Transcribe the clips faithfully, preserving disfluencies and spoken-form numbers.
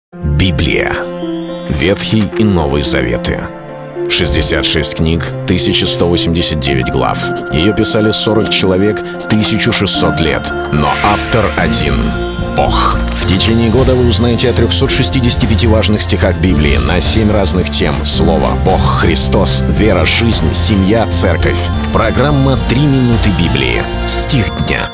Библия. Ветхий и Новый Заветы. шестьдесят шесть книг, тысяча сто восемьдесят девять глав. Ее писали сорок человек, тысяча шестьсот лет. Но автор один — Бог. В течение года вы узнаете о трёхстах шестидесяти пяти важных стихах Библии на семь разных тем. Слово, Бог, Христос, вера, жизнь, семья, церковь. Программа «Три минуты Библии». Стих дня.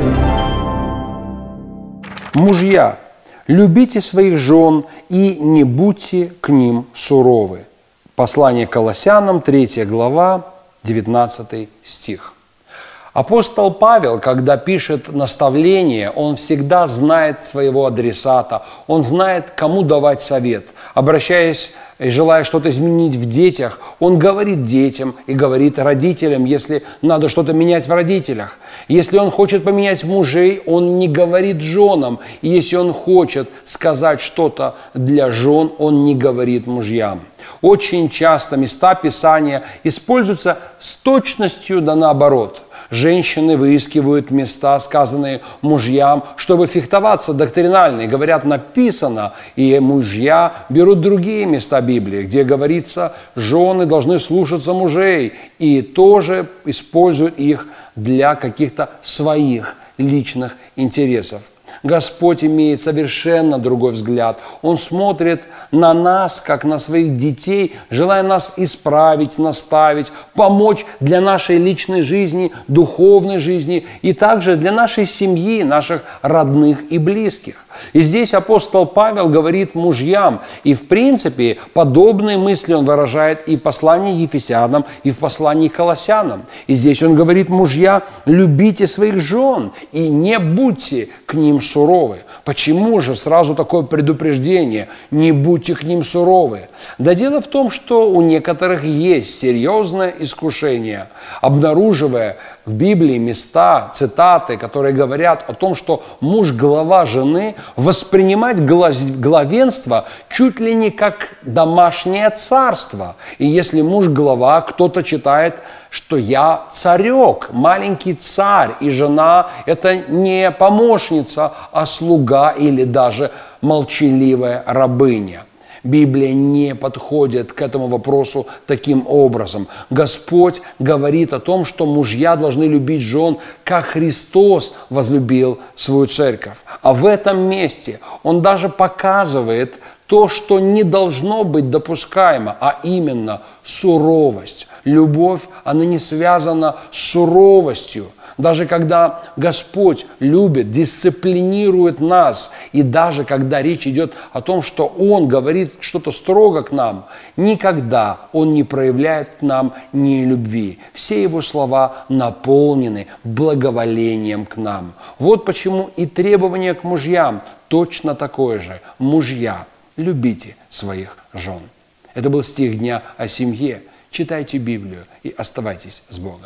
Мужья, любите своих жен и не будьте к ним суровы. Послание к Колоссянам, третья глава, девятнадцатый стих. Апостол Павел, когда пишет наставление, он всегда знает своего адресата, он знает, кому давать совет. Обращаясь и желая что-то изменить в детях, он говорит детям и говорит родителям, если надо что-то менять в родителях. Если он хочет поменять мужей, он не говорит женам. И если он хочет сказать что-то для жен, он не говорит мужьям. Очень часто места Писания используются с точностью да наоборот. Женщины выискивают места, сказанные мужьям, чтобы фехтоваться доктринально. И говорят, написано, и мужья берут другие места Библии, где говорится, жены должны слушаться мужей, и тоже используют их для каких-то своих личных интересов. Господь имеет совершенно другой взгляд. Он смотрит на нас, как на своих детей, желая нас исправить, наставить, помочь для нашей личной жизни, духовной жизни и также для нашей семьи, наших родных и близких. И здесь апостол Павел говорит мужьям, и в принципе подобные мысли он выражает и в послании Ефесянам, и в послании Колоссянам. И здесь он говорит, мужья, любите своих жен и не будьте к ним суровы. Почему же сразу такое предупреждение? Не будьте к ним суровы. Да дело в том, что у некоторых есть серьезное искушение, обнаруживая в Библии места, цитаты, которые говорят о том, что муж – глава жены, воспринимать главенство чуть ли не как домашнее царство. И если муж – глава, кто-то читает, что я царек, маленький царь, и жена – это не помощница, а слуга или даже молчаливая рабыня. Библия не подходит к этому вопросу таким образом. Господь говорит о том, что мужья должны любить жен, как Христос возлюбил свою церковь. А в этом месте Он даже показывает то, что не должно быть допускаемо, а именно суровость. Любовь, она не связана с суровостью. Даже когда Господь любит, дисциплинирует нас, и даже когда речь идет о том, что Он говорит что-то строго к нам, никогда Он не проявляет к нам ни любви. Все Его слова наполнены благоволением к нам. Вот почему и требование к мужьям точно такое же. Мужья, любите своих жен. Это был стих дня о семье. Читайте Библию и оставайтесь с Богом.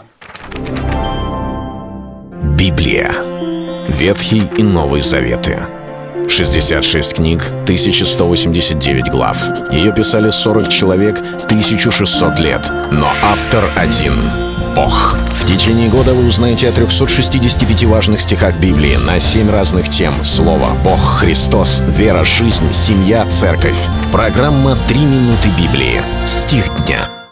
Библия. Ветхий и Новый Заветы. шестьдесят шесть книг, тысяча сто восемьдесят девять глав. Ее писали сорок человек, тысяча шестьсот лет. Но автор один — Бог. В течение года вы узнаете о трёхстах шестидесяти пяти важных стихах Библии на семь разных тем. Слово, Бог, Христос, вера, жизнь, семья, церковь. Программа «Три минуты Библии». Стих дня.